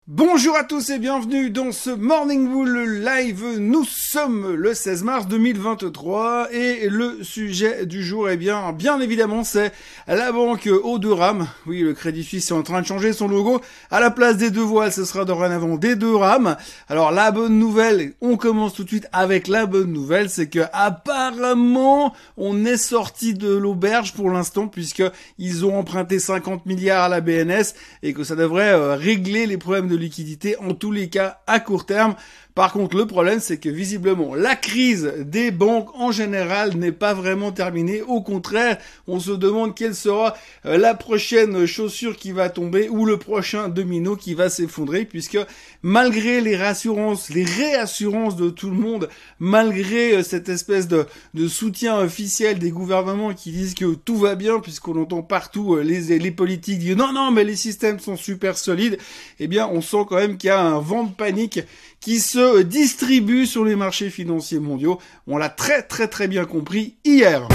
Bonjour à tous et bienvenue dans ce Morning Bull Live. Nous sommes le 16 mars 2023 et le sujet du jour, bien évidemment, c'est la banque aux deux rames. Oui, le Crédit Suisse est en train de changer son logo. À la place des deux voiles, ce sera dorénavant des deux rames. Alors, la bonne nouvelle, on commence tout de suite avec la bonne nouvelle, c'est que apparemment, on est sorti de l'auberge pour l'instant puisque ils ont emprunté 50 milliards à la BNS et que ça devrait régler les problèmes de liquidité, en tous les cas à court terme. Par contre, le problème, c'est que visiblement, la crise des banques en général n'est pas vraiment terminée. Au contraire, on se demande quelle sera la prochaine chaussure qui va tomber ou le prochain domino qui va s'effondrer, puisque malgré les réassurances de tout le monde, malgré cette espèce de soutien officiel des gouvernements qui disent que tout va bien, puisqu'on entend partout les politiques dire non, mais les systèmes sont super solides, on sent quand même qu'il y a un vent de panique qui se distribue sur les marchés financiers mondiaux. On l'a très bien compris hier.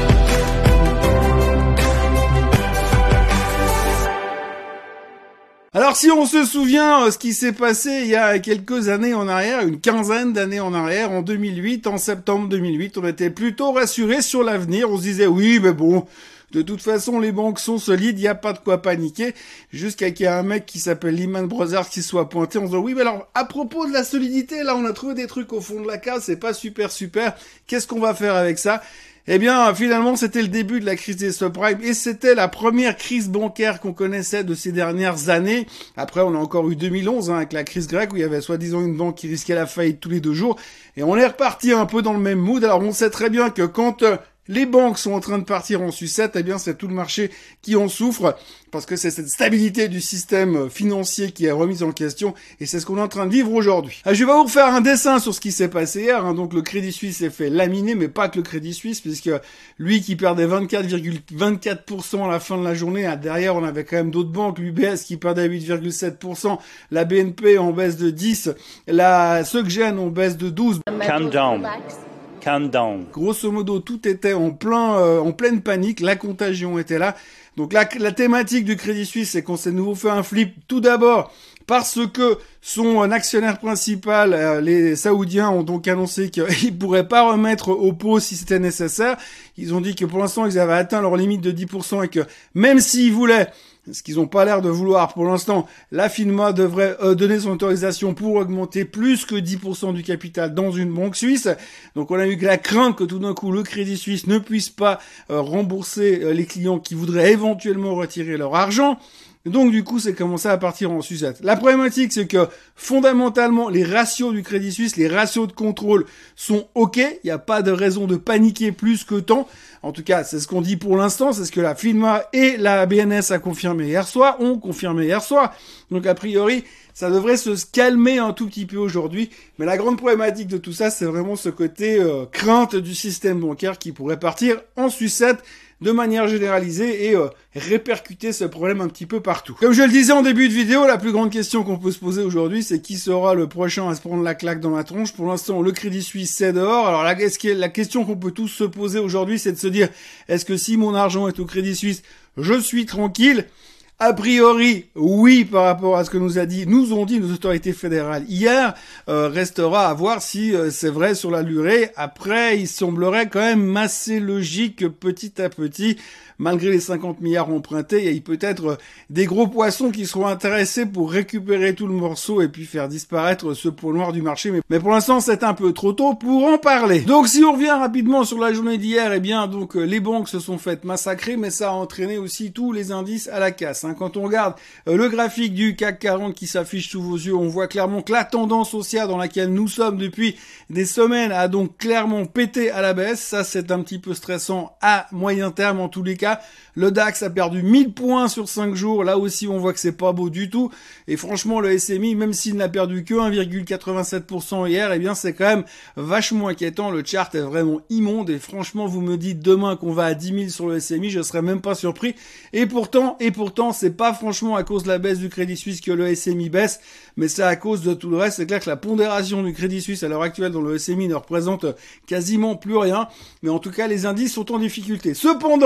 Alors si on se souvient ce qui s'est passé il y a quelques années en arrière, une quinzaine d'années en arrière, en 2008, en septembre 2008, on était plutôt rassurés sur l'avenir. On se disait oui, mais bon, de toute façon, les banques sont solides, il n'y a pas de quoi paniquer. Jusqu'à qu'il y ait un mec qui s'appelle Lehman Brothers qui soit pointé en disant oui, mais alors, à propos de la solidité, là, on a trouvé des trucs au fond de la case, c'est pas super. Qu'est-ce qu'on va faire avec ça? Finalement, c'était le début de la crise des subprimes et c'était la première crise bancaire qu'on connaissait de ces dernières années. Après, on a encore eu 2011 avec la crise grecque où il y avait soi-disant une banque qui risquait la faillite tous les 2 jours. Et on est reparti un peu dans le même mood. Alors, on sait très bien que quand les banques sont en train de partir en sucette, c'est tout le marché qui en souffre, parce que c'est cette stabilité du système financier qui est remise en question, et c'est ce qu'on est en train de vivre aujourd'hui. Je vais vous refaire un dessin sur ce qui s'est passé hier, Donc le Crédit Suisse s'est fait laminer, mais pas que le Crédit Suisse, puisque lui qui perdait 24,24% à la fin de la journée, derrière on avait quand même d'autres banques, l'UBS qui perdait 8,7%, la BNP en baisse de 10%, la SocGen en baisse de 12%. Calm down. Grosso modo, tout était en pleine panique, la contagion était là. Donc la thématique du Crédit Suisse, c'est qu'on s'est de nouveau fait un flip, tout d'abord parce que son actionnaire principal, les Saoudiens, ont donc annoncé qu'ils pourraient pas remettre au pot si c'était nécessaire. Ils ont dit que pour l'instant, ils avaient atteint leur limite de 10% et que même s'ils voulaient, ce qu'ils n'ont pas l'air de vouloir pour l'instant, la FINMA devrait donner son autorisation pour augmenter plus que 10% du capital dans une banque suisse. Donc on a eu la crainte que tout d'un coup le Crédit Suisse ne puisse pas rembourser les clients qui voudraient éventuellement retirer leur argent. Donc du coup, c'est commencé à partir en sucette. La problématique, c'est que fondamentalement, les ratios du Crédit Suisse, les ratios de contrôle sont OK. Il n'y a pas de raison de paniquer plus que tant. En tout cas, c'est ce qu'on dit pour l'instant. C'est ce que la FINMA et la BNS ont confirmé hier soir. Donc a priori, ça devrait se calmer un tout petit peu aujourd'hui. Mais la grande problématique de tout ça, c'est vraiment ce côté crainte du système bancaire qui pourrait partir en sucette de manière généralisée et répercuter ce problème un petit peu partout. Comme je le disais en début de vidéo, la plus grande question qu'on peut se poser aujourd'hui, c'est qui sera le prochain à se prendre la claque dans la tronche. Pour l'instant, le Crédit Suisse, c'est dehors. Alors la question qu'on peut tous se poser aujourd'hui, c'est de se dire, est-ce que si mon argent est au Crédit Suisse, je suis tranquille? A priori, oui, par rapport à ce que nous ont dit nos autorités fédérales hier, restera à voir si c'est vrai sur la durée. Après, il semblerait quand même assez logique que petit à petit, malgré les 50 milliards empruntés, il y a peut-être des gros poissons qui seront intéressés pour récupérer tout le morceau et puis faire disparaître ce point noir du marché. Mais pour l'instant, c'est un peu trop tôt pour en parler. Donc, si on revient rapidement sur la journée d'hier, les banques se sont faites massacrer, mais ça a entraîné aussi tous les indices à la casse. Quand on regarde le graphique du CAC 40 qui s'affiche sous vos yeux, on voit clairement que la tendance haussière dans laquelle nous sommes depuis des semaines a donc clairement pété à la baisse. Ça, c'est un petit peu stressant à moyen terme en tous les cas. Le DAX a perdu 1000 points sur 5 jours. Là aussi, on voit que c'est pas beau du tout. Et franchement, le SMI, même s'il n'a perdu que 1,87% hier, c'est quand même vachement inquiétant. Le chart est vraiment immonde. Et franchement, vous me dites demain qu'on va à 10 000 sur le SMI, je serais même pas surpris. Et pourtant, c'est pas franchement à cause de la baisse du Crédit Suisse que le SMI baisse, mais c'est à cause de tout le reste. C'est clair que la pondération du Crédit Suisse à l'heure actuelle dans le SMI ne représente quasiment plus rien. Mais en tout cas, les indices sont en difficulté. Cependant,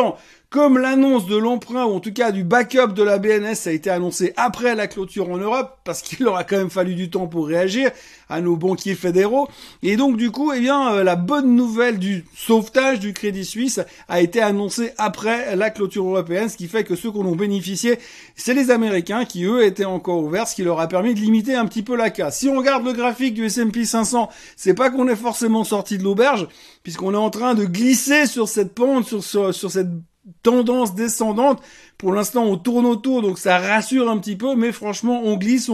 comme l'annonce de l'emprunt, ou en tout cas du backup de la BNS a été annoncé après la clôture en Europe, parce qu'il aura quand même fallu du temps pour réagir à nos banquiers fédéraux. Et donc du coup, la bonne nouvelle du sauvetage du Crédit Suisse a été annoncée après la clôture européenne, ce qui fait que ceux qui en ont bénéficié, c'est les Américains qui eux étaient encore ouverts, ce qui leur a permis de limiter un petit peu la casse. Si on regarde le graphique du S&P 500, c'est pas qu'on est forcément sorti de l'auberge, puisqu'on est en train de glisser sur cette pente, sur cette tendance descendante. Pour l'instant, on tourne autour, donc ça rassure un petit peu, mais franchement, on glisse.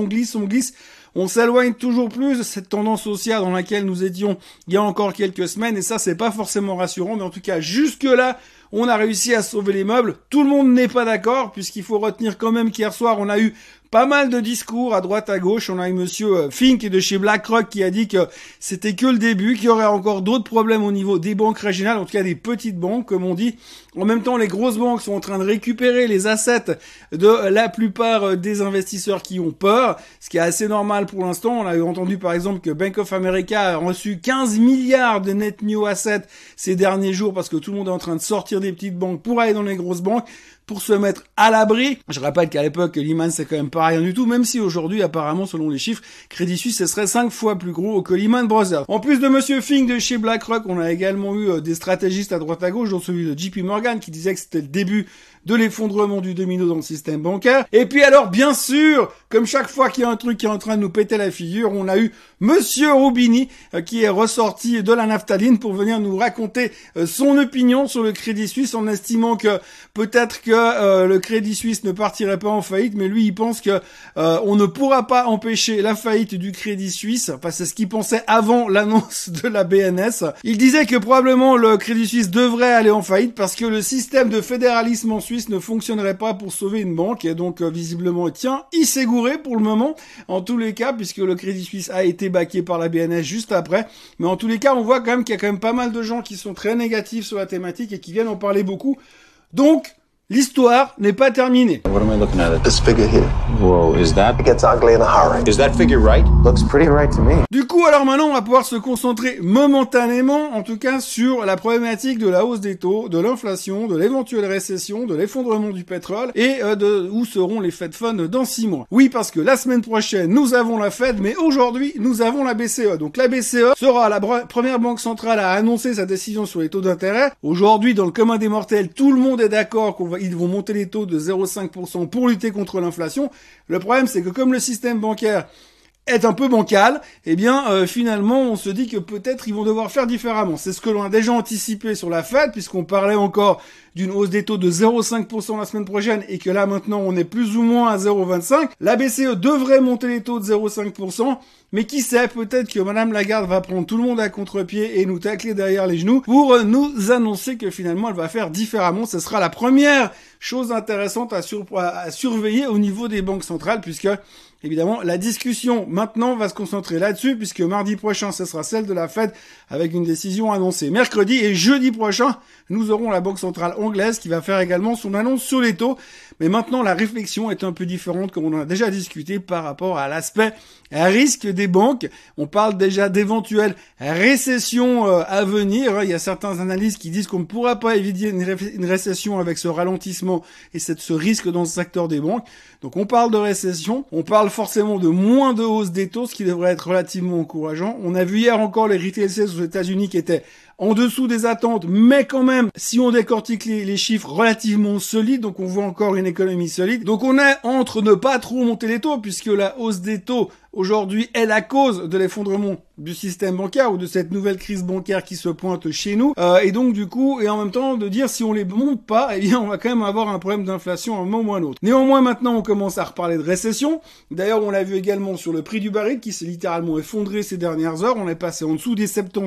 On s'éloigne toujours plus de cette tendance haussière dans laquelle nous étions il y a encore quelques semaines, et ça, c'est pas forcément rassurant, mais en tout cas, jusque-là, on a réussi à sauver les meubles. Tout le monde n'est pas d'accord, puisqu'il faut retenir quand même qu'hier soir, on a eu pas mal de discours à droite à gauche. On a eu monsieur Fink de chez BlackRock qui a dit que c'était que le début, qu'il y aurait encore d'autres problèmes au niveau des banques régionales, en tout cas des petites banques, comme on dit. En même temps, les grosses banques sont en train de récupérer les assets de la plupart des investisseurs qui ont peur, ce qui est assez normal pour l'instant. On a entendu par exemple que Bank of America a reçu 15 milliards de net new assets ces derniers jours parce que tout le monde est en train de sortir des petites banques pour aller dans les grosses banques, pour se mettre à l'abri. Je rappelle qu'à l'époque, Lehman, c'est quand même pas rien du tout, même si aujourd'hui, apparemment, selon les chiffres, Crédit Suisse, ce serait 5 fois plus gros que Lehman Brothers. En plus de monsieur Fink de chez BlackRock, on a également eu des stratégistes à droite à gauche, dont celui de JP Morgan, qui disait que c'était le début de l'effondrement du domino dans le système bancaire. Et puis alors, bien sûr, comme chaque fois qu'il y a un truc qui est en train de nous péter la figure, on a eu monsieur Roubini qui est ressorti de la naphtaline pour venir nous raconter son opinion sur le Crédit Suisse, en estimant que peut-être que le Crédit Suisse ne partirait pas en faillite, mais lui il pense que on ne pourra pas empêcher la faillite du Crédit Suisse. Enfin, c'est ce qu'il pensait avant l'annonce de la BNS. Il disait que probablement le Crédit Suisse devrait aller en faillite parce que le système de fédéralisme en Suisse ne fonctionnerait pas pour sauver une banque, et donc visiblement, tiens, il s'est gouré pour le moment, en tous les cas, puisque le Crédit Suisse a été backé par la BNS juste après. Mais en tous les cas, on voit quand même qu'il y a quand même pas mal de gens qui sont très négatifs sur la thématique et qui viennent en parler beaucoup. Donc, l'histoire n'est pas terminée. What am I looking at? This figure here. Whoa, is that? It gets ugly in a hurry. Is that figure right? Looks pretty right to me. Du coup, alors maintenant, on va pouvoir se concentrer momentanément, en tout cas, sur la problématique de la hausse des taux, de l'inflation, de l'éventuelle récession, de l'effondrement du pétrole, et de où seront les Fed Funds dans 6 mois. Oui, parce que la semaine prochaine, nous avons la Fed, mais aujourd'hui, nous avons la BCE. Donc la BCE sera la première banque centrale à annoncer sa décision sur les taux d'intérêt. Aujourd'hui, dans le commun des mortels, tout le monde est d'accord ils vont monter les taux de 0,5% pour lutter contre l'inflation. Le problème, c'est que comme le système bancaire est un peu bancal, finalement, on se dit que peut-être ils vont devoir faire différemment. C'est ce que l'on a déjà anticipé sur la Fed, puisqu'on parlait encore d'une hausse des taux de 0,5% la semaine prochaine, et que là, maintenant, on est plus ou moins à 0,25. La BCE devrait monter les taux de 0,5%, mais qui sait, peut-être que Madame Lagarde va prendre tout le monde à contre-pied et nous tacler derrière les genoux pour nous annoncer que finalement, elle va faire différemment. Ce sera la première chose intéressante à surveiller au niveau des banques centrales, puisque évidemment, la discussion maintenant va se concentrer là-dessus, puisque mardi prochain, ce sera celle de la Fed avec une décision annoncée mercredi, et jeudi prochain, nous aurons la Banque centrale anglaise qui va faire également son annonce sur les taux. Mais maintenant, la réflexion est un peu différente, comme on en a déjà discuté, par rapport à l'aspect risque des banques. On parle déjà d'éventuelles récessions à venir. Il y a certains analystes qui disent qu'on ne pourra pas éviter une récession avec ce ralentissement et ce risque dans ce secteur des banques. Donc on parle de récession, on parle forcément de moins de hausse des taux, ce qui devrait être relativement encourageant. On a vu hier encore les retail sales aux États-Unis qui étaient en dessous des attentes, mais quand même, si on décortique les chiffres, relativement solides, donc on voit encore une économie solide. Donc on est entre ne pas trop monter les taux, puisque la hausse des taux aujourd'hui est la cause de l'effondrement du système bancaire ou de cette nouvelle crise bancaire qui se pointe chez nous. Et donc du coup, et en même temps de dire si on les monte pas, on va quand même avoir un problème d'inflation à un moment ou à un autre. Néanmoins, maintenant on commence à reparler de récession. D'ailleurs, on l'a vu également sur le prix du baril qui s'est littéralement effondré ces dernières heures. On est passé en dessous des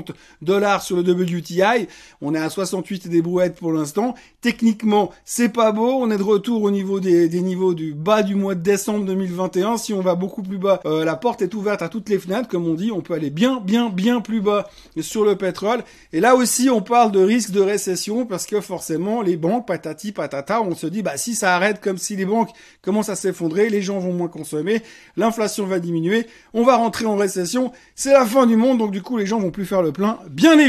$70 sur le WTI. On est à 68 et des brouettes pour l'instant. Techniquement, c'est pas beau. On est de retour au niveau des niveaux du bas du mois de décembre 2021. Si on va beaucoup plus bas, la porte est ouverte à toutes les fenêtres, comme on dit. On peut aller bien plus bas sur le pétrole. Et là aussi, on parle de risque de récession parce que forcément, les banques, patati patata, on se dit, si ça arrête comme si les banques commencent à s'effondrer, les gens vont moins consommer, l'inflation va diminuer, on va rentrer en récession, c'est la fin du monde, donc du coup, les gens vont plus faire le plein. Bien évidemment,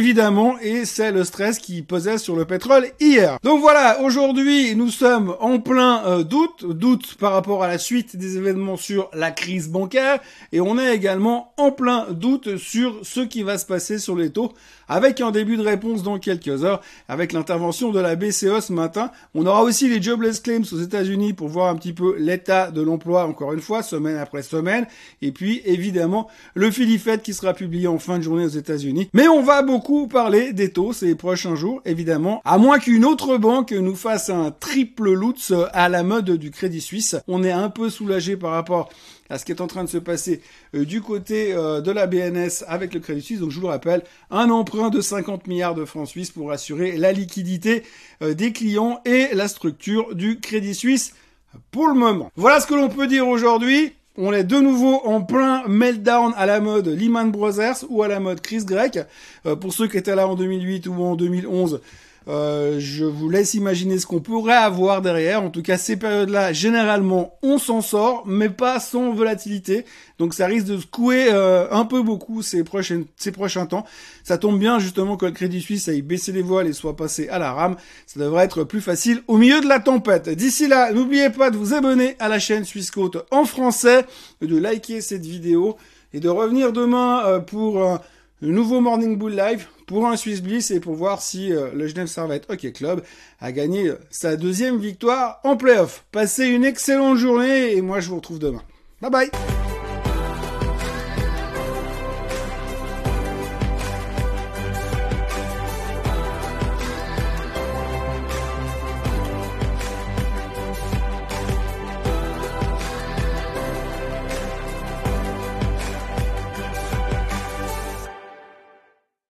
clients et c'est le stress qui pesait sur le pétrole hier. Donc voilà, aujourd'hui nous sommes en plein doute par rapport à la suite des événements sur la crise bancaire et on est également en plein doute sur ce qui va se passer sur les taux avec un début de réponse dans quelques heures avec l'intervention de la BCE ce matin. On aura aussi les jobless claims aux États-Unis pour voir un petit peu l'état de l'emploi encore une fois, semaine après semaine. Et puis évidemment le Philly Fed qui sera publié en fin de journée aux États-Unis. Mais on va beaucoup parler des taux ces prochains jours, évidemment, à moins qu'une autre banque nous fasse un triple Lutz à la mode du Crédit Suisse. On est un peu soulagé par rapport à ce qui est en train de se passer du côté de la BNS avec le Crédit Suisse. Donc je vous le rappelle, un emprunt de 50 milliards de francs suisses pour assurer la liquidité des clients et la structure du Crédit Suisse pour le moment. Voilà ce que l'on peut dire aujourd'hui. On est de nouveau en plein meltdown à la mode Lehman Brothers ou à la mode crise grecque. Pour ceux qui étaient là en 2008 ou en 2011, je vous laisse imaginer ce qu'on pourrait avoir derrière. En tout cas, ces périodes-là, généralement, on s'en sort, mais pas sans volatilité. Donc, ça risque de secouer un peu beaucoup ces prochains temps. Ça tombe bien, justement, que le Crédit Suisse aille baisser les voiles et soit passé à la rame. Ça devrait être plus facile au milieu de la tempête. D'ici là, n'oubliez pas de vous abonner à la chaîne Suisse Côte en français, de liker cette vidéo et de revenir demain pour le nouveau Morning Bull Live pour un Swiss Bliss et pour voir si le Genève Servette Hockey Club a gagné sa 2e victoire en play-off. Passez une excellente journée et moi je vous retrouve demain. Bye bye.